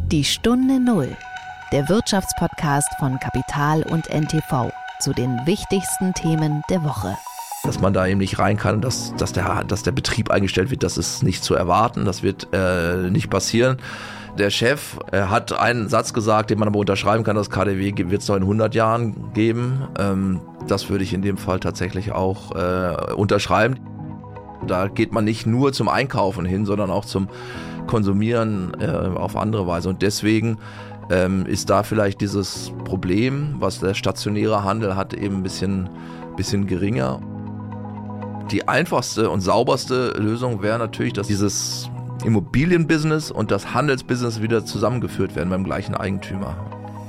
Die Stunde Null, der Wirtschaftspodcast von Kapital und NTV zu den wichtigsten Themen der Woche. Dass man da eben nicht rein kann, dass der Betrieb eingestellt wird, das ist nicht zu erwarten, das wird nicht passieren. Der Chef hat einen Satz gesagt, den man aber unterschreiben kann, das KaDeWe wird es noch in 100 Jahren geben. Das würde ich in dem Fall tatsächlich auch unterschreiben. Da geht man nicht nur zum Einkaufen hin, sondern auch zum Konsumieren auf andere Weise. Und deswegen ist da vielleicht dieses Problem, was der stationäre Handel hat, eben ein bisschen geringer. Die einfachste und sauberste Lösung wäre natürlich, dass dieses Immobilienbusiness und das Handelsbusiness wieder zusammengeführt werden beim gleichen Eigentümer.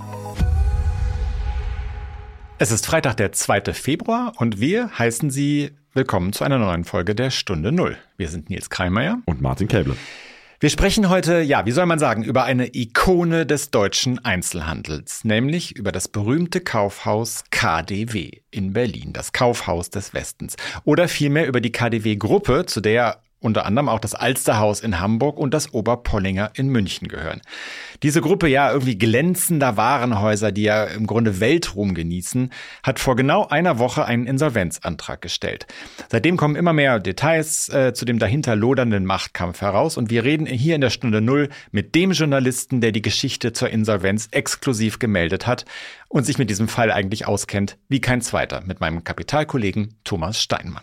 Es ist Freitag, der 2. Februar und wir heißen Sie willkommen zu einer neuen Folge der Stunde Null. Wir sind Nils Kreimeier und Martin Käble. Wir sprechen heute, wie soll man sagen, über eine Ikone des deutschen Einzelhandels, nämlich über das berühmte Kaufhaus KaDeWe in Berlin, das Kaufhaus des Westens. Oder vielmehr über die KaDeWe-Gruppe, zu der unter anderem auch das Alsterhaus in Hamburg und das Oberpollinger in München gehören. Diese Gruppe, irgendwie glänzender Warenhäuser, die ja im Grunde Weltruhm genießen, hat vor genau einer Woche einen Insolvenzantrag gestellt. Seitdem kommen immer mehr Details zu dem dahinter lodernden Machtkampf heraus und wir reden hier in der Stunde Null mit dem Journalisten, der die Geschichte zur Insolvenz exklusiv gemeldet hat und sich mit diesem Fall eigentlich auskennt wie kein zweiter, mit meinem Kapitalkollegen Thomas Steinmann.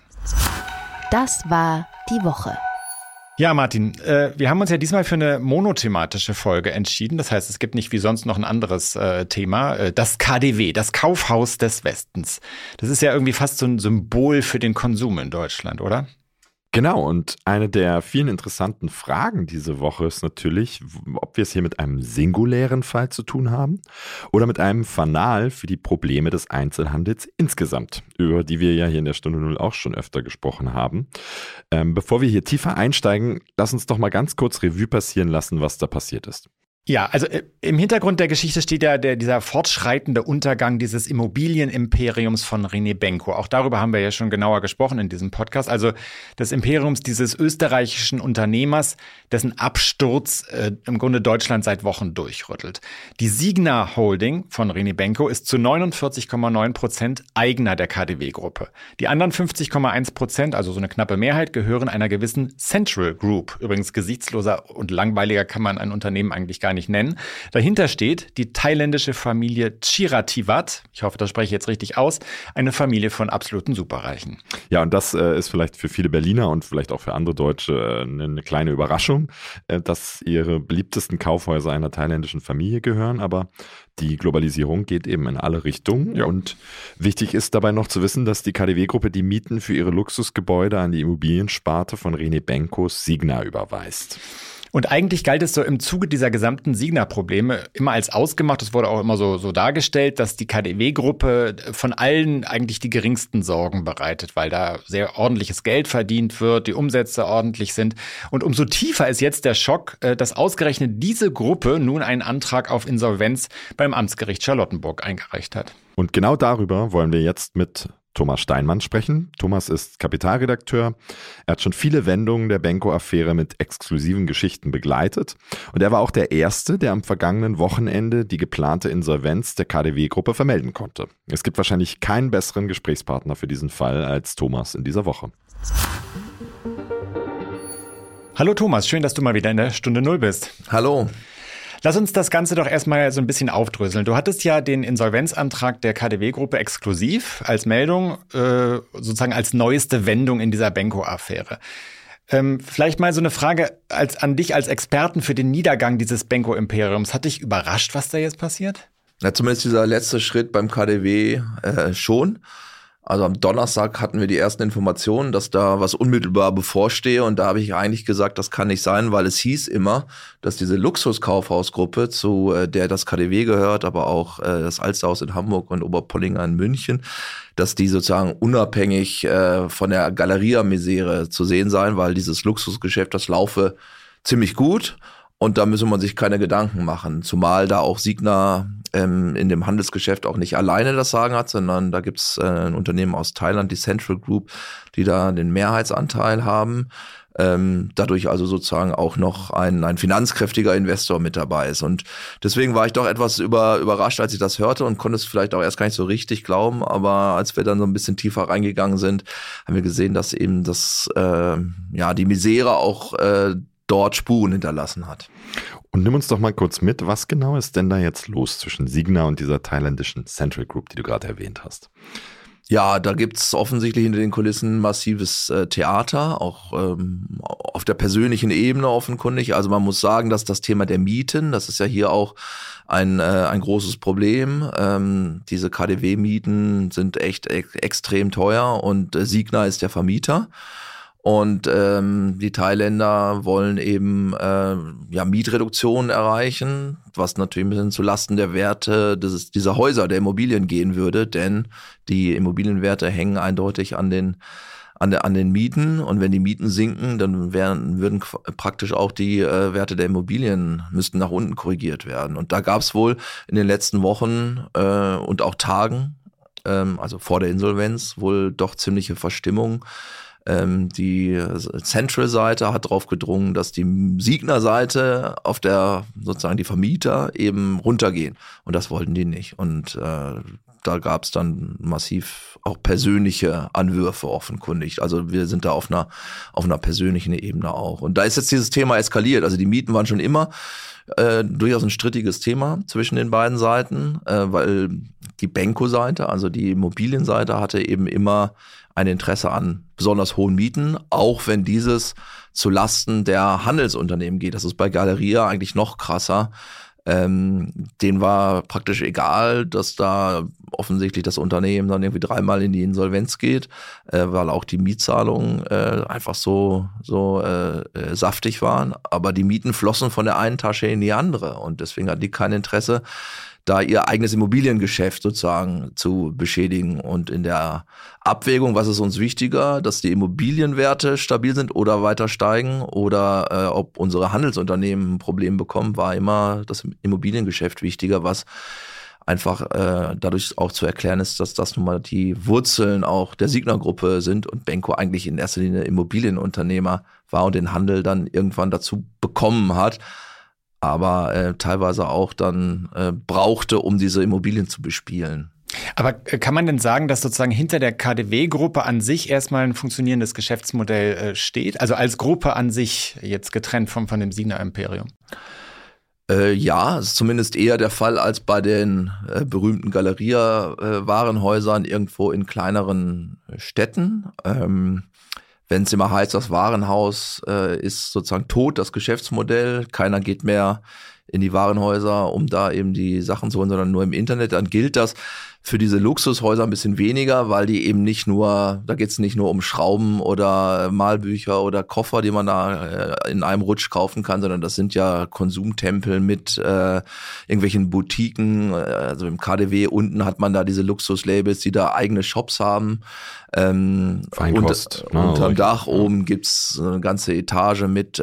Das war die Woche. Ja, Martin, wir haben uns ja diesmal für eine monothematische Folge entschieden. Das heißt, es gibt nicht wie sonst noch ein anderes Thema. Das KaDeWe, das Kaufhaus des Westens. Das ist ja irgendwie fast so ein Symbol für den Konsum in Deutschland, oder? Genau, und eine der vielen interessanten Fragen diese Woche ist natürlich, ob wir es hier mit einem singulären Fall zu tun haben oder mit einem Fanal für die Probleme des Einzelhandels insgesamt, über die wir ja hier in der Stunde Null auch schon öfter gesprochen haben. Bevor wir hier tiefer einsteigen, lass uns doch mal ganz kurz Revue passieren lassen, was da passiert ist. Ja, also im Hintergrund der Geschichte steht ja dieser fortschreitende Untergang dieses Immobilienimperiums von René Benko. Auch darüber haben wir ja schon genauer gesprochen in diesem Podcast. Also des Imperiums dieses österreichischen Unternehmers, dessen Absturz im Grunde Deutschland seit Wochen durchrüttelt. Die Signa Holding von René Benko ist zu 49,9% Eigner der KaDeWe-Gruppe. Die anderen 50,1%, also so eine knappe Mehrheit, gehören einer gewissen Central Group. Übrigens gesichtsloser und langweiliger kann man ein Unternehmen eigentlich gar nicht nennen. Dahinter steht die thailändische Familie Chirativat, ich hoffe, das spreche ich jetzt richtig aus, eine Familie von absoluten Superreichen. Ja, und das ist vielleicht für viele Berliner und vielleicht auch für andere Deutsche eine kleine Überraschung, dass ihre beliebtesten Kaufhäuser einer thailändischen Familie gehören, aber die Globalisierung geht eben in alle Richtungen. Ja. Und wichtig ist dabei noch zu wissen, dass die KaDeWe-Gruppe die Mieten für ihre Luxusgebäude an die Immobiliensparte von René Benkos Signa überweist. Und eigentlich galt es so im Zuge dieser gesamten Signa-Probleme immer als ausgemacht, es wurde auch immer so dargestellt, dass die KaDeWe-Gruppe von allen eigentlich die geringsten Sorgen bereitet, weil da sehr ordentliches Geld verdient wird, die Umsätze ordentlich sind. Und umso tiefer ist jetzt der Schock, dass ausgerechnet diese Gruppe nun einen Antrag auf Insolvenz beim Amtsgericht Charlottenburg eingereicht hat. Und genau darüber wollen wir jetzt mit Thomas Steinmann sprechen. Thomas ist Kapitalredakteur. Er hat schon viele Wendungen der Benko-Affäre mit exklusiven Geschichten begleitet. Und er war auch der Erste, der am vergangenen Wochenende die geplante Insolvenz der KaDeWe-Gruppe vermelden konnte. Es gibt wahrscheinlich keinen besseren Gesprächspartner für diesen Fall als Thomas in dieser Woche. Hallo Thomas, schön, dass du mal wieder in der Stunde Null bist. Hallo. Lass uns das Ganze doch erstmal so ein bisschen aufdröseln. Du hattest ja den Insolvenzantrag der KaDeWe-Gruppe exklusiv als Meldung, sozusagen als neueste Wendung in dieser Benko-Affäre. Vielleicht mal so eine Frage an dich als Experten für den Niedergang dieses Benko-Imperiums. Hat dich überrascht, was da jetzt passiert? Ja, zumindest dieser letzte Schritt beim KaDeWe schon. Also am Donnerstag hatten wir die ersten Informationen, dass da was unmittelbar bevorstehe. Und da habe ich eigentlich gesagt, das kann nicht sein, weil es hieß immer, dass diese Luxuskaufhausgruppe, zu der das KaDeWe gehört, aber auch das Alsterhaus in Hamburg und Oberpollinger in München, dass die sozusagen unabhängig von der Galeria-Misere zu sehen seien, weil dieses Luxusgeschäft, das laufe ziemlich gut. Und da müsse man sich keine Gedanken machen, zumal da auch Signa in dem Handelsgeschäft auch nicht alleine das Sagen hat, sondern da gibt's ein Unternehmen aus Thailand, die Central Group, die da den Mehrheitsanteil haben. dadurch also sozusagen auch noch ein finanzkräftiger Investor mit dabei ist. Und deswegen war ich doch etwas überrascht, als ich das hörte und konnte es vielleicht auch erst gar nicht so richtig glauben. Aber als wir dann so ein bisschen tiefer reingegangen sind, haben wir gesehen, dass eben die Misere auch dort Spuren hinterlassen hat. Und nimm uns doch mal kurz mit, was genau ist denn da jetzt los zwischen Signa und dieser thailändischen Central Group, die du gerade erwähnt hast? Ja, da gibt's offensichtlich hinter den Kulissen massives Theater, auch auf der persönlichen Ebene offenkundig. Also man muss sagen, dass das Thema der Mieten, das ist ja hier auch ein großes Problem. Diese KaDeWe-Mieten sind echt extrem teuer und Signa ist der Vermieter. Und die Thailänder wollen eben Mietreduktionen erreichen, was natürlich ein bisschen zulasten der Werte dieser Häuser, der Immobilien gehen würde, denn die Immobilienwerte hängen eindeutig an den Mieten, und wenn die Mieten sinken, dann würden praktisch auch die Werte der Immobilien müssten nach unten korrigiert werden. Und da gab es wohl in den letzten Wochen und auch Tagen, also vor der Insolvenz, wohl doch ziemliche Verstimmung. Die Central-Seite hat darauf gedrungen, dass die Signa-Seite auf der sozusagen die Vermieter eben runtergehen. Und das wollten die nicht. Und da gab es dann massiv auch persönliche Anwürfe offenkundig. Also wir sind da auf einer persönlichen Ebene auch. Und da ist jetzt dieses Thema eskaliert. Also die Mieten waren schon immer durchaus ein strittiges Thema zwischen den beiden Seiten, weil die Benko-Seite, also die Immobilienseite, hatte eben immer ein Interesse an besonders hohen Mieten, auch wenn dieses zu Lasten der Handelsunternehmen geht. Das ist bei Galeria eigentlich noch krasser. Denen war praktisch egal, dass da offensichtlich das Unternehmen dann irgendwie 3-mal in die Insolvenz geht, weil auch die Mietzahlungen einfach so saftig waren. Aber die Mieten flossen von der einen Tasche in die andere, und deswegen hatten die kein Interesse, da ihr eigenes Immobiliengeschäft sozusagen zu beschädigen. Und in der Abwägung, was ist uns wichtiger, dass die Immobilienwerte stabil sind oder weiter steigen, oder ob unsere Handelsunternehmen ein Problem bekommen, war immer das Immobiliengeschäft wichtiger, was einfach dadurch auch zu erklären ist, dass das nun mal die Wurzeln auch der Signa-Gruppe sind und Benko eigentlich in erster Linie Immobilienunternehmer war und den Handel dann irgendwann dazu bekommen hat, aber teilweise auch dann brauchte, um diese Immobilien zu bespielen. Aber kann man denn sagen, dass sozusagen hinter der KaDeWe-Gruppe an sich erstmal ein funktionierendes Geschäftsmodell steht? Also als Gruppe an sich, jetzt getrennt von dem Signa-Imperium? Ja, es ist zumindest eher der Fall als bei den berühmten Galeria-Warenhäusern irgendwo in kleineren Städten. Wenn es immer heißt, das Warenhaus ist sozusagen tot, das Geschäftsmodell, keiner geht mehr in die Warenhäuser, um da eben die Sachen zu holen, sondern nur im Internet, dann gilt das für diese Luxushäuser ein bisschen weniger, weil die eben da geht es nicht nur um Schrauben oder Malbücher oder Koffer, die man da in einem Rutsch kaufen kann, sondern das sind ja Konsumtempel mit irgendwelchen Boutiquen. Also im KaDeWe unten hat man da diese Luxuslabels, die da eigene Shops haben. Feinkost. Unterm Dach oben gibt's eine ganze Etage mit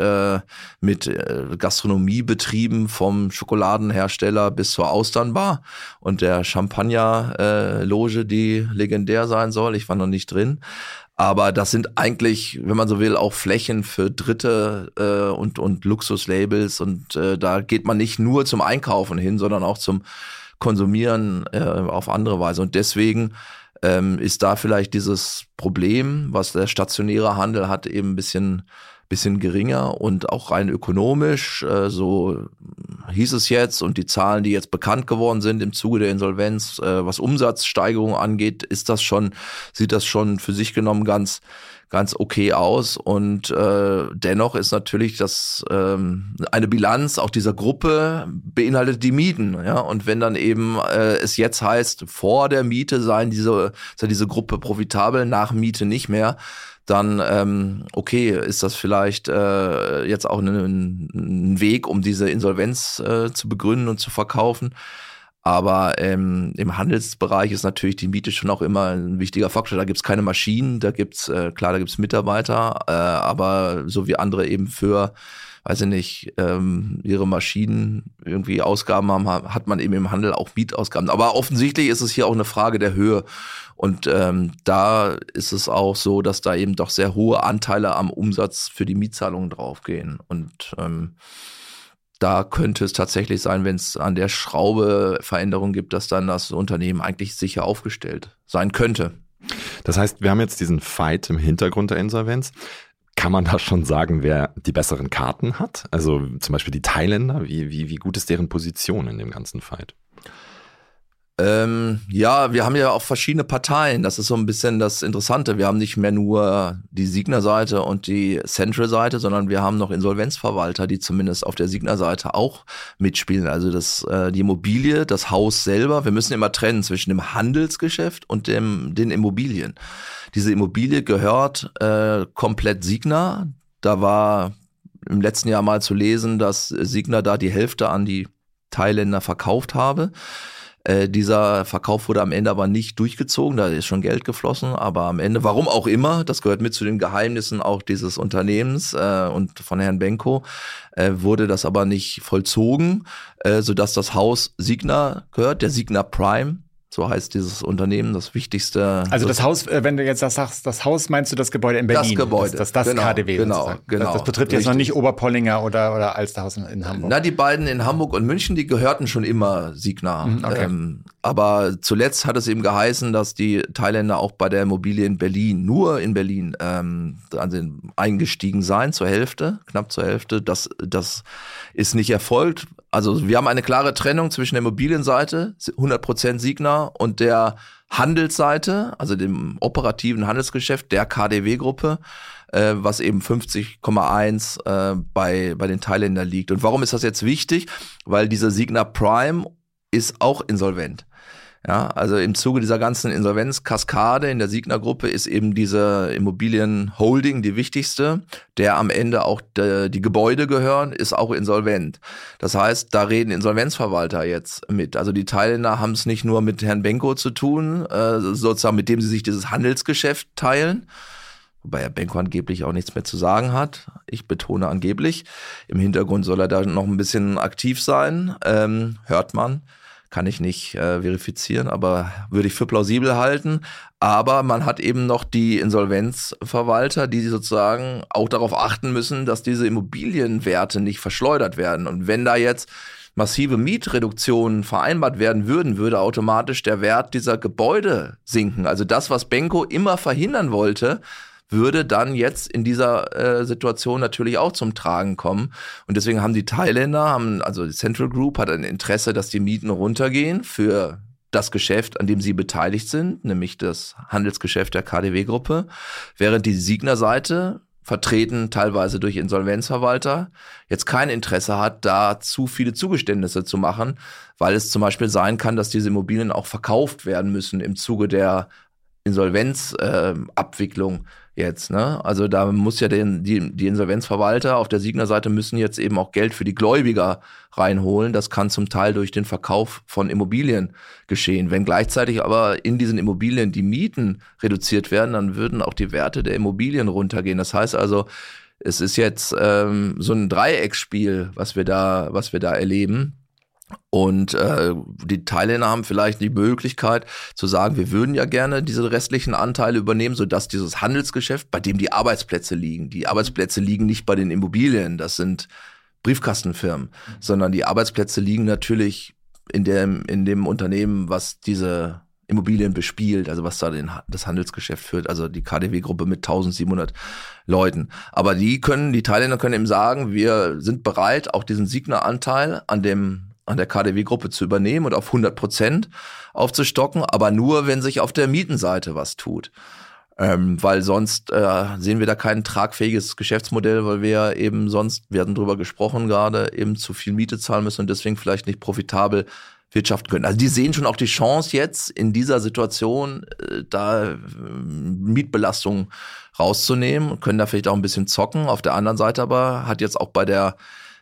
Gastronomiebetrieben vom Schokoladenhersteller bis zur Austernbar und der Champagner-Loge, die legendär sein soll. Ich war noch nicht drin. Aber das sind eigentlich, wenn man so will, auch Flächen für Dritte und Luxuslabels. Und da geht man nicht nur zum Einkaufen hin, sondern auch zum Konsumieren auf andere Weise. Und deswegen ist da vielleicht dieses Problem, was der stationäre Handel hat, eben ein bisschen geringer und auch rein ökonomisch, so hieß es jetzt, und die Zahlen, die jetzt bekannt geworden sind im Zuge der Insolvenz, was Umsatzsteigerung angeht, sieht das schon für sich genommen ganz okay aus, und dennoch ist natürlich das eine Bilanz auch dieser Gruppe beinhaltet die Mieten, ja, und wenn dann eben es jetzt heißt, vor der Miete sei diese Gruppe profitabel, nach Miete nicht mehr, dann okay, ist das vielleicht jetzt auch ein Weg, um diese Insolvenz zu begründen und zu verkaufen. Aber im Handelsbereich ist natürlich die Miete schon auch immer ein wichtiger Faktor. Da gibt's keine Maschinen, da gibt's Mitarbeiter, aber so wie andere eben für, weiß ich nicht, ihre Maschinen irgendwie Ausgaben haben, hat man eben im Handel auch Mietausgaben. Aber offensichtlich ist es hier auch eine Frage der Höhe. Und da ist es auch so, dass da eben doch sehr hohe Anteile am Umsatz für die Mietzahlungen draufgehen. Und da könnte es tatsächlich sein, wenn es an der Schraube Veränderungen gibt, dass dann das Unternehmen eigentlich sicher aufgestellt sein könnte. Das heißt, wir haben jetzt diesen Fight im Hintergrund der Insolvenz. Kann man da schon sagen, wer die besseren Karten hat? Also zum Beispiel die Thailänder, wie gut ist deren Position in dem ganzen Fight? Ja, wir haben ja auch verschiedene Parteien. Das ist so ein bisschen das Interessante. Wir haben nicht mehr nur die Signa-Seite und die Central-Seite, sondern wir haben noch Insolvenzverwalter, die zumindest auf der Signa-Seite auch mitspielen. Also die Immobilie, das Haus selber. Wir müssen immer trennen zwischen dem Handelsgeschäft und den Immobilien. Diese Immobilie gehört komplett Signa. Da war im letzten Jahr mal zu lesen, dass Signa da die Hälfte an die Thailänder verkauft habe. Dieser Verkauf wurde am Ende aber nicht durchgezogen, da ist schon Geld geflossen, aber am Ende, warum auch immer, das gehört mit zu den Geheimnissen auch dieses Unternehmens und von Herrn Benko, wurde das aber nicht vollzogen, sodass das Haus Signa gehört, der Signa Prime. So heißt dieses Unternehmen, das wichtigste. Also das Haus, wenn du jetzt sagst, das Haus, meinst du das Gebäude in Berlin? Das Gebäude. Das genau, KaDeWe. Genau. Das betrifft jetzt noch nicht Oberpollinger oder Alsterhaus in Hamburg. Na, die beiden in Hamburg und München, die gehörten schon immer Signa. Okay. Aber zuletzt hat es eben geheißen, dass die Thailänder auch bei der Immobilie in Berlin, nur in Berlin, eingestiegen seien zur Hälfte, knapp zur Hälfte. Das ist nicht erfolgt. Also wir haben eine klare Trennung zwischen der Immobilienseite, 100% Signa, und der Handelsseite, also dem operativen Handelsgeschäft der KaDeWe-Gruppe, was eben 50,1 bei den Thailändern liegt. Und warum ist das jetzt wichtig? Weil diese Signa Prime ist auch insolvent. Ja, also im Zuge dieser ganzen Insolvenzkaskade in der Signa-Gruppe ist eben diese Immobilienholding die wichtigste, der am Ende auch die Gebäude gehören, ist auch insolvent. Das heißt, da reden Insolvenzverwalter jetzt mit. Also die Thailänder haben es nicht nur mit Herrn Benko zu tun, sozusagen mit dem sie sich dieses Handelsgeschäft teilen, wobei Herr Benko angeblich auch nichts mehr zu sagen hat. Ich betone angeblich. Im Hintergrund soll er da noch ein bisschen aktiv sein, hört man. Kann ich nicht verifizieren, aber würde ich für plausibel halten. Aber man hat eben noch die Insolvenzverwalter, die sozusagen auch darauf achten müssen, dass diese Immobilienwerte nicht verschleudert werden. Und wenn da jetzt massive Mietreduktionen vereinbart werden würden, würde automatisch der Wert dieser Gebäude sinken. Also das, was Benko immer verhindern wollte, würde dann jetzt in dieser Situation natürlich auch zum Tragen kommen. Und deswegen haben die Thailänder, also die Central Group hat ein Interesse, dass die Mieten runtergehen für das Geschäft, an dem sie beteiligt sind, nämlich das Handelsgeschäft der KaDeWe-Gruppe, während die Signa-Seite, vertreten teilweise durch Insolvenzverwalter, jetzt kein Interesse hat, da zu viele Zugeständnisse zu machen, weil es zum Beispiel sein kann, dass diese Immobilien auch verkauft werden müssen im Zuge der Insolvenzabwicklung jetzt, ne? Also da muss ja die Insolvenzverwalter auf der Signa-Seite müssen jetzt eben auch Geld für die Gläubiger reinholen. Das kann zum Teil durch den Verkauf von Immobilien geschehen. Wenn gleichzeitig aber in diesen Immobilien die Mieten reduziert werden, dann würden auch die Werte der Immobilien runtergehen. Das heißt also, es ist jetzt so ein Dreiecksspiel, was wir da erleben. Und die Thailänder haben vielleicht die Möglichkeit zu sagen, wir würden ja gerne diese restlichen Anteile übernehmen, sodass dieses Handelsgeschäft, bei dem die Arbeitsplätze liegen nicht bei den Immobilien, das sind Briefkastenfirmen, sondern die Arbeitsplätze liegen natürlich in dem Unternehmen, was diese Immobilien bespielt, also was da das Handelsgeschäft führt, also die KaDeWe-Gruppe mit 1700 Leuten. Aber die Thailänder können eben sagen, wir sind bereit, auch diesen Signa-Anteil an der KaDeWe-Gruppe zu übernehmen und auf 100% aufzustocken, aber nur, wenn sich auf der Mietenseite was tut. Weil sonst sehen wir da kein tragfähiges Geschäftsmodell, weil wir eben sonst, wir hatten drüber gesprochen gerade, eben zu viel Miete zahlen müssen und deswegen vielleicht nicht profitabel wirtschaften können. Also die sehen schon auch die Chance jetzt in dieser Situation, da Mietbelastung rauszunehmen und können da vielleicht auch ein bisschen zocken. Auf der anderen Seite aber hat jetzt auch bei der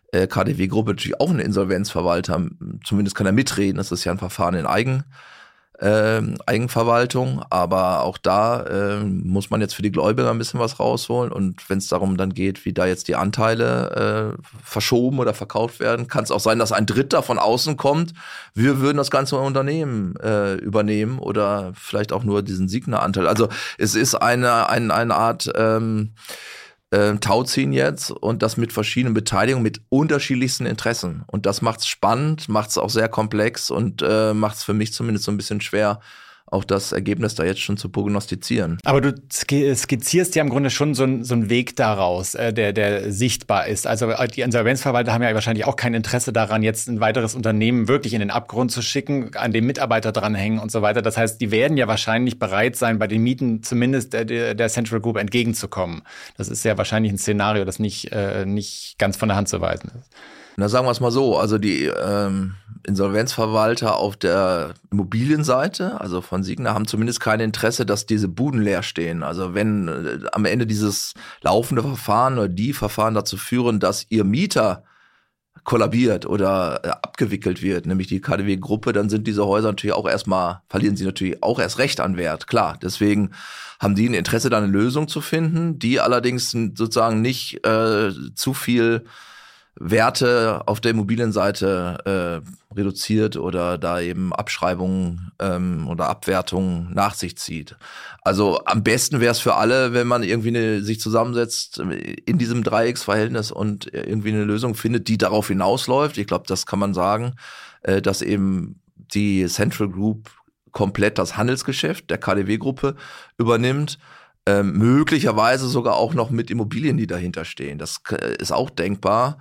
KaDeWe-Gruppe natürlich auch einen Insolvenzverwalter, zumindest kann er mitreden, das ist ja ein Verfahren in Eigenverwaltung, aber auch da muss man jetzt für die Gläubiger ein bisschen was rausholen, und wenn es darum dann geht, wie da jetzt die Anteile verschoben oder verkauft werden, kann es auch sein, dass ein Dritter von außen kommt, wir würden das ganze Unternehmen übernehmen oder vielleicht auch nur diesen Signa-Anteil. Also es ist eine Art Tauziehen jetzt, und das mit verschiedenen Beteiligungen, mit unterschiedlichsten Interessen. Und das macht's spannend, macht's auch sehr komplex und macht's für mich zumindest so ein bisschen schwer, auch das Ergebnis da jetzt schon zu prognostizieren. Aber du skizzierst ja im Grunde schon so einen Weg daraus, der sichtbar ist. Also die Insolvenzverwalter haben ja wahrscheinlich auch kein Interesse daran, jetzt ein weiteres Unternehmen wirklich in den Abgrund zu schicken, an dem Mitarbeiter dranhängen und so weiter. Das heißt, die werden ja wahrscheinlich bereit sein, bei den Mieten zumindest der Central Group entgegenzukommen. Das ist ja wahrscheinlich ein Szenario, das nicht ganz von der Hand zu weisen ist. Na, sagen wir es mal so, also die Insolvenzverwalter auf der Immobilienseite, also von Signa, haben zumindest kein Interesse, dass diese Buden leer stehen. Also wenn am Ende dieses laufende Verfahren oder die Verfahren dazu führen, dass ihr Mieter kollabiert oder abgewickelt wird, nämlich die KaDeWe-Gruppe, dann sind diese Häuser natürlich auch verlieren sie natürlich auch erst recht an Wert, klar. Deswegen haben die ein Interesse, da eine Lösung zu finden, die allerdings sozusagen nicht zu viel Werte auf der Immobilienseite reduziert oder da eben Abschreibungen oder Abwertungen nach sich zieht. Also am besten wäre es für alle, wenn man irgendwie sich zusammensetzt in diesem Dreiecksverhältnis und irgendwie eine Lösung findet, die darauf hinausläuft. Ich glaube, das kann man sagen, dass eben die Central Group komplett das Handelsgeschäft der KaDeWe-Gruppe übernimmt. Möglicherweise sogar auch noch mit Immobilien, die dahinter stehen. Das ist auch denkbar,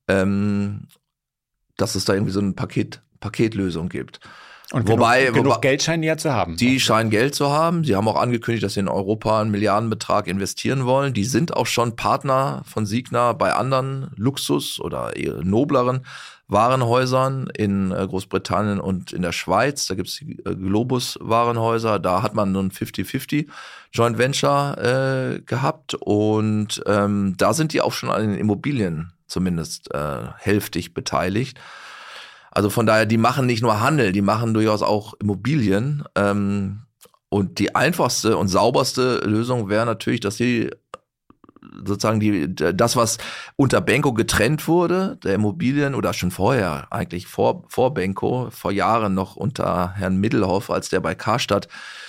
dass es da irgendwie so eine Paketlösung gibt. Und genug Geld scheinen die ja zu haben. Die scheinen Geld zu haben. Sie haben auch angekündigt, dass sie in Europa einen Milliardenbetrag investieren wollen. Die sind auch schon Partner von Signa bei anderen Luxus- oder eher nobleren Warenhäusern in Großbritannien und in der Schweiz. Da gibt es die Globus-Warenhäuser. Da hat man nun 50-50 Joint Venture gehabt. Und da sind die auch schon an den Immobilien zumindest hälftig beteiligt. Also von daher, die machen nicht nur Handel, die machen durchaus auch Immobilien. Und die einfachste und sauberste Lösung wäre natürlich, dass sie sozusagen das, was unter Benko getrennt wurde, der Immobilien, oder schon vorher, eigentlich vor Benko, vor Jahren noch unter Herrn Middelhoff, als der bei Karstadt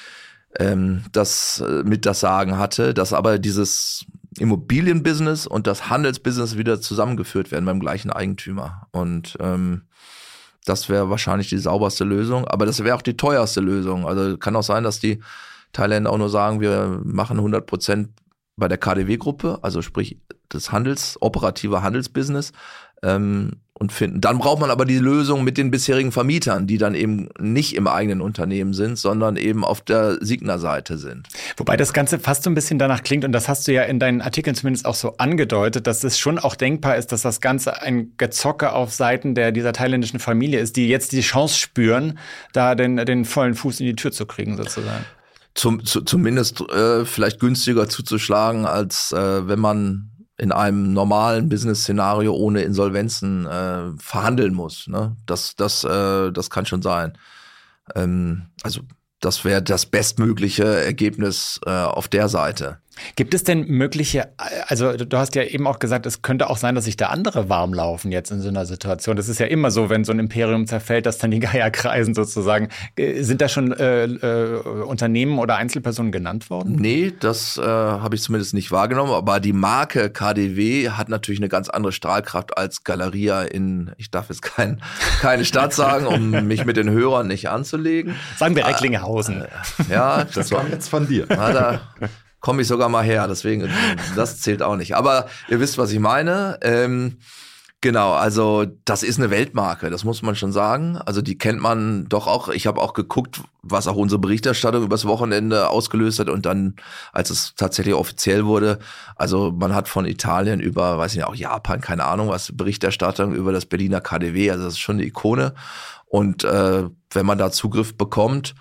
das mit das Sagen hatte, dass aber dieses Immobilienbusiness und das Handelsbusiness wieder zusammengeführt werden beim gleichen Eigentümer. Und das wäre wahrscheinlich die sauberste Lösung, aber das wäre auch die teuerste Lösung. Also kann auch sein, dass die Thailänder auch nur sagen, wir machen 100% bei der KaDeWe-Gruppe, also sprich das operative Handelsbusiness, und finden. Dann braucht man aber die Lösung mit den bisherigen Vermietern, die dann eben nicht im eigenen Unternehmen sind, sondern eben auf der Signa-Seite sind. Wobei das Ganze fast so ein bisschen danach klingt, und das hast du ja in deinen Artikeln zumindest auch so angedeutet, dass es schon auch denkbar ist, dass das Ganze ein Gezocke auf Seiten dieser thailändischen Familie ist, die jetzt die Chance spüren, da den vollen Fuß in die Tür zu kriegen sozusagen. Zumindest vielleicht günstiger zuzuschlagen, als wenn man in einem normalen Business-Szenario ohne Insolvenzen verhandeln muss. Ne? Das kann schon sein. Also das wäre das bestmögliche Ergebnis auf der Seite. Gibt es denn also du hast ja eben auch gesagt, es könnte auch sein, dass sich da andere warm laufen jetzt in so einer Situation. Das ist ja immer so, wenn so ein Imperium zerfällt, dass dann die Geier kreisen sozusagen. Sind da schon Unternehmen oder Einzelpersonen genannt worden? Nee, das habe ich zumindest nicht wahrgenommen. Aber die Marke KaDeWe hat natürlich eine ganz andere Strahlkraft als Galeria ich darf jetzt keine Stadt sagen, um mich mit den Hörern nicht anzulegen. Sagen wir Recklinghausen. Ja, das kam jetzt von dir. Da komme ich sogar mal her, deswegen, das zählt auch nicht. Aber ihr wisst, was ich meine. Genau, also das ist eine Weltmarke, das muss man schon sagen. Also die kennt man doch auch. Ich habe auch geguckt, was auch unsere Berichterstattung übers Wochenende ausgelöst hat, und dann, als es tatsächlich offiziell wurde, also man hat von Italien über, weiß ich nicht, auch Japan, keine Ahnung was, Berichterstattung über das Berliner KaDeWe, also das ist schon eine Ikone. Und wenn man da Zugriff bekommt,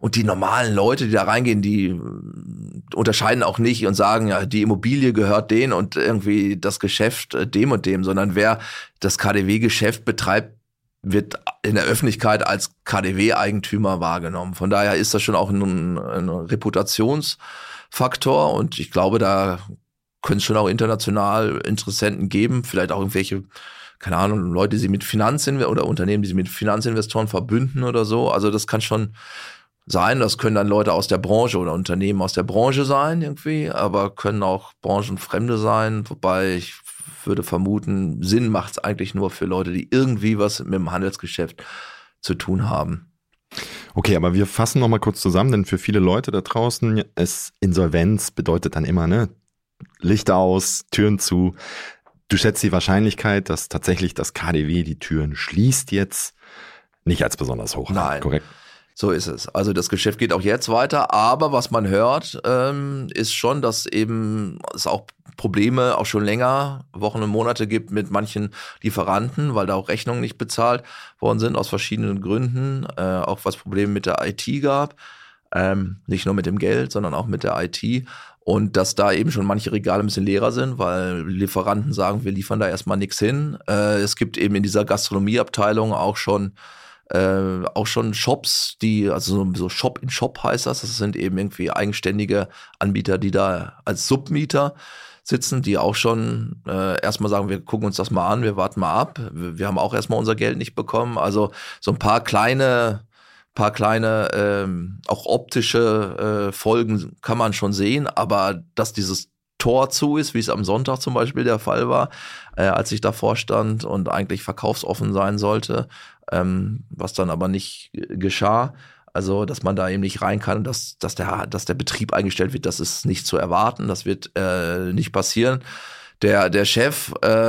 Und die normalen Leute, die da reingehen, die unterscheiden auch nicht und sagen, ja, die Immobilie gehört denen und irgendwie das Geschäft dem und dem, sondern wer das KaDeWe-Geschäft betreibt, wird in der Öffentlichkeit als KaDeWe-Eigentümer wahrgenommen. Von daher ist das schon auch ein Reputationsfaktor und ich glaube, da können es schon auch international Interessenten geben, vielleicht auch irgendwelche, keine Ahnung, Leute, die sich mit oder Unternehmen, die sich mit Finanzinvestoren verbünden oder so. Also das kann schon sein, das können dann Leute aus der Branche oder Unternehmen aus der Branche sein irgendwie, aber können auch Branchenfremde sein, wobei ich würde vermuten, Sinn macht es eigentlich nur für Leute, die irgendwie was mit dem Handelsgeschäft zu tun haben. Okay, aber wir fassen nochmal kurz zusammen, denn für viele Leute da draußen ist Insolvenz bedeutet dann immer, ne, Licht aus, Türen zu. Du schätzt die Wahrscheinlichkeit, dass tatsächlich das KaDeWe die Türen schließt jetzt, nicht als besonders hoch. Nein. Korrekt. So ist es. Also das Geschäft geht auch jetzt weiter, aber was man hört, ist schon, dass eben es auch Probleme auch schon länger, Wochen und Monate gibt mit manchen Lieferanten, weil da auch Rechnungen nicht bezahlt worden sind aus verschiedenen Gründen, auch was Probleme mit der IT gab, nicht nur mit dem Geld, sondern auch mit der IT. Und dass da eben schon manche Regale ein bisschen leerer sind, weil Lieferanten sagen, wir liefern da erstmal nichts hin. Es gibt eben in dieser Gastronomieabteilung auch schon Shops, die, also so Shop in Shop heißt das. Das sind eben irgendwie eigenständige Anbieter, die da als Submieter sitzen, die auch schon erstmal sagen, wir gucken uns das mal an, wir warten mal ab. Wir haben auch erstmal unser Geld nicht bekommen. Also so ein paar kleine auch optische Folgen kann man schon sehen, aber dass dieses Tor zu ist, wie es am Sonntag zum Beispiel der Fall war, als ich davor stand und eigentlich verkaufsoffen sein sollte, was dann aber nicht geschah. Also, dass man da eben nicht rein kann, dass der Betrieb eingestellt wird, das ist nicht zu erwarten, das wird nicht passieren. Der Chef,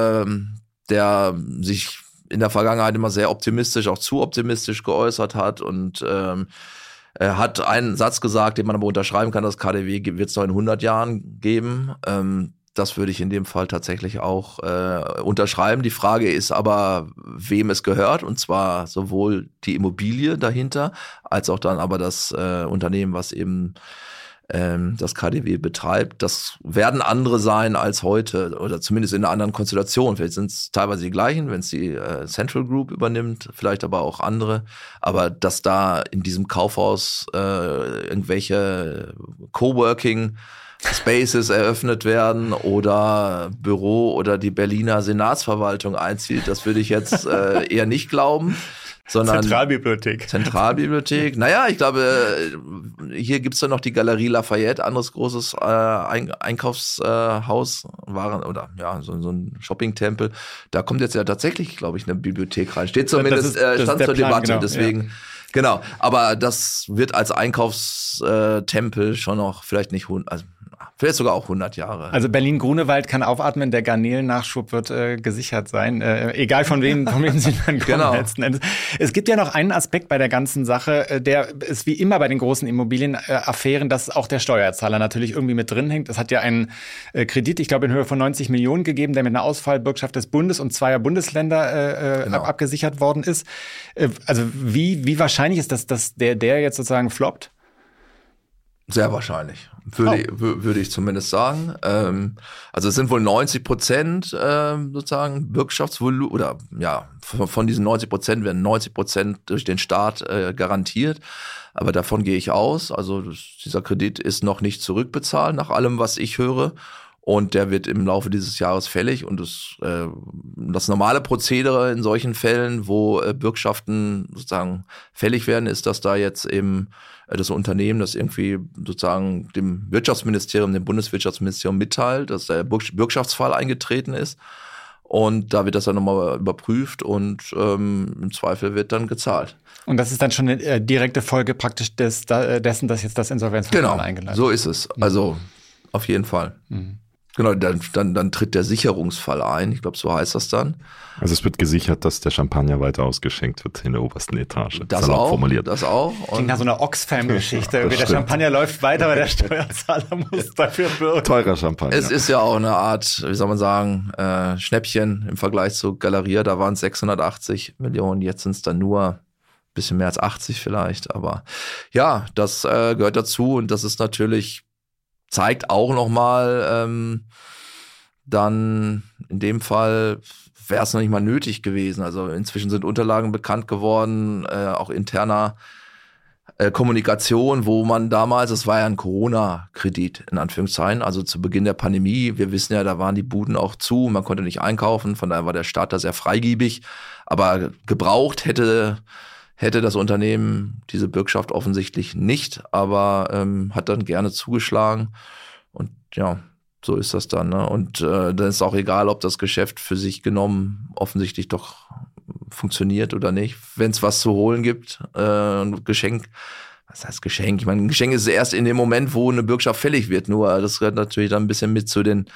der sich in der Vergangenheit immer sehr optimistisch, auch zu optimistisch geäußert hat und er hat einen Satz gesagt, den man aber unterschreiben kann, das KaDeWe wird es noch in 100 Jahren geben. Das würde ich in dem Fall tatsächlich auch unterschreiben. Die Frage ist aber, wem es gehört, und zwar sowohl die Immobilie dahinter, als auch dann aber das Unternehmen, was eben das KaDeWe betreibt. Das werden andere sein als heute oder zumindest in einer anderen Konstellation. Vielleicht sind es teilweise die gleichen, wenn es die Central Group übernimmt, vielleicht aber auch andere. Aber dass da in diesem Kaufhaus irgendwelche Coworking Spaces eröffnet werden oder Büro oder die Berliner Senatsverwaltung einzieht, das würde ich jetzt eher nicht glauben. Sondern Zentralbibliothek. Naja, ich glaube, hier gibt's dann noch die Galerie Lafayette, anderes großes Einkaufshaus, so ein Shopping-Tempel. Da kommt jetzt ja tatsächlich, glaube ich, eine Bibliothek rein. Steht zumindest, stand zur Debatte, genau, deswegen. Ja. Genau, aber das wird als Einkaufstempel schon noch vielleicht nicht vielleicht sogar auch 100 Jahre. Also Berlin-Grunewald kann aufatmen, der Garnelen-Nachschub wird gesichert sein. Egal von wem sie dann kommen, genau, letzten Endes. Es gibt ja noch einen Aspekt bei der ganzen Sache, der ist wie immer bei den großen Immobilienaffären, dass auch der Steuerzahler natürlich irgendwie mit drin hängt. Es hat ja einen Kredit, ich glaube in Höhe von 90 Millionen gegeben, der mit einer Ausfallbürgschaft des Bundes und zweier Bundesländer abgesichert worden ist. Also wie wahrscheinlich ist das, dass der jetzt sozusagen floppt? Sehr wahrscheinlich, würde ich zumindest sagen. Also es sind wohl 90% sozusagen Bürgschaftsvolumen, oder ja, von diesen 90% werden 90% durch den Staat garantiert. Aber davon gehe ich aus. Also dieser Kredit ist noch nicht zurückbezahlt, nach allem, was ich höre. Und der wird im Laufe dieses Jahres fällig. Und das normale Prozedere in solchen Fällen, wo Bürgschaften sozusagen fällig werden, ist, dass da jetzt eben das Unternehmen, das irgendwie sozusagen dem Wirtschaftsministerium, dem Bundeswirtschaftsministerium mitteilt, dass der Bürgschaftsfall eingetreten ist. Und da wird das dann nochmal überprüft und im Zweifel wird dann gezahlt. Und das ist dann schon eine direkte Folge praktisch dessen, dass jetzt das Insolvenzverfahren eingeleitet wird. So ist es. Also auf jeden Fall. Mhm. Genau, dann tritt der Sicherungsfall ein. Ich glaube, so heißt das dann. Also es wird gesichert, dass der Champagner weiter ausgeschenkt wird in der obersten Etage. Das auch formuliert. Das auch. Klingt nach so einer Oxfam-Geschichte. Der Champagner läuft weiter, aber der Steuerzahler muss dafür bürgen. Teurer Champagner. Es ist ja auch eine Art, wie soll man sagen, Schnäppchen im Vergleich zu Galeria. Da waren es 680 Millionen, jetzt sind es dann nur bisschen mehr als 80 vielleicht. Aber ja, das gehört dazu und das ist natürlich, zeigt auch nochmal, dann in dem Fall wäre es noch nicht mal nötig gewesen. Also inzwischen sind Unterlagen bekannt geworden, auch interner Kommunikation, wo man damals, es war ja ein Corona-Kredit, in Anführungszeichen, also zu Beginn der Pandemie, wir wissen ja, da waren die Buden auch zu, man konnte nicht einkaufen, von daher war der Staat da sehr freigebig, aber gebraucht hätte das Unternehmen diese Bürgschaft offensichtlich nicht, aber hat dann gerne zugeschlagen und ja, so ist das dann. Ne? Und dann ist auch egal, ob das Geschäft für sich genommen offensichtlich doch funktioniert oder nicht. Wenn es was zu holen gibt, ein Geschenk, was heißt Geschenk? Ich meine, ein Geschenk ist erst in dem Moment, wo eine Bürgschaft fällig wird. Nur das gehört natürlich dann ein bisschen mit zum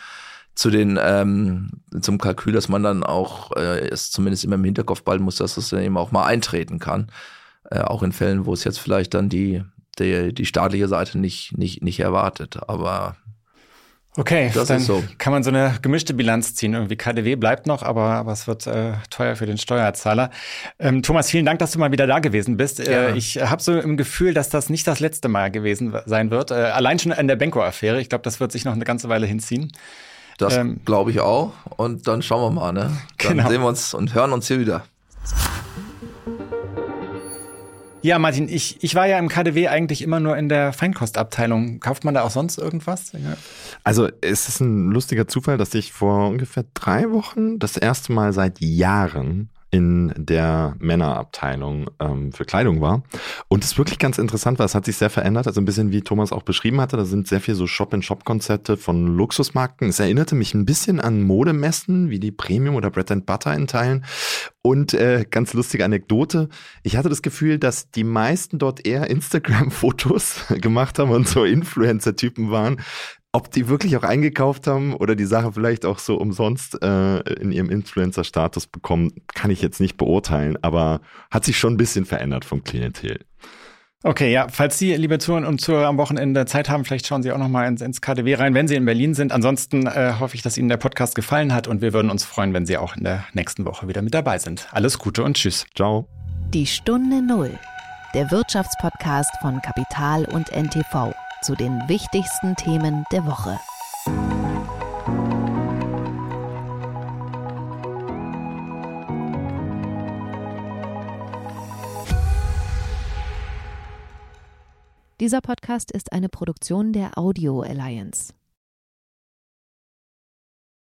Kalkül, dass man dann auch es zumindest immer im Hinterkopf behalten muss, dass es dann eben auch mal eintreten kann. Auch in Fällen, wo es jetzt vielleicht dann die staatliche Seite nicht erwartet. Aber okay, das dann ist so. Kann man so eine gemischte Bilanz ziehen. Irgendwie KaDeWe bleibt noch, aber es wird teuer für den Steuerzahler. Thomas, vielen Dank, dass du mal wieder da gewesen bist. Ich habe so im Gefühl, dass das nicht das letzte Mal gewesen sein wird. Allein schon an der Benko-Affäre. Ich glaube, das wird sich noch eine ganze Weile hinziehen. Das glaube ich auch. Und dann schauen wir mal. Ne? Dann sehen wir uns und hören uns hier wieder. Ja, Martin, ich war ja im KaDeWe eigentlich immer nur in der Feinkostabteilung. Kauft man da auch sonst irgendwas? Ja. Also es ist ein lustiger Zufall, dass ich vor ungefähr 3 Wochen das erste Mal seit Jahren in der Männerabteilung für Kleidung war. Und es ist wirklich ganz interessant, weil es hat sich sehr verändert. Also ein bisschen wie Thomas auch beschrieben hatte, da sind sehr viel so Shop-in-Shop-Konzepte von Luxusmarken. Es erinnerte mich ein bisschen an Modemessen, wie die Premium oder Bread & Butter in Teilen. Und ganz lustige Anekdote, ich hatte das Gefühl, dass die meisten dort eher Instagram-Fotos gemacht haben und so Influencer-Typen waren. Ob die wirklich auch eingekauft haben oder die Sache vielleicht auch so umsonst in ihrem Influencer-Status bekommen, kann ich jetzt nicht beurteilen, aber hat sich schon ein bisschen verändert vom Klientel. Okay, ja, falls Sie, liebe Zuhörer und Zuhörer, am Wochenende Zeit haben, vielleicht schauen Sie auch noch mal ins KaDeWe rein, wenn Sie in Berlin sind. Ansonsten hoffe ich, dass Ihnen der Podcast gefallen hat und wir würden uns freuen, wenn Sie auch in der nächsten Woche wieder mit dabei sind. Alles Gute und tschüss. Ciao. Die Stunde Null, der Wirtschaftspodcast von Kapital und NTV zu den wichtigsten Themen der Woche. Dieser Podcast ist eine Produktion der Audio Alliance.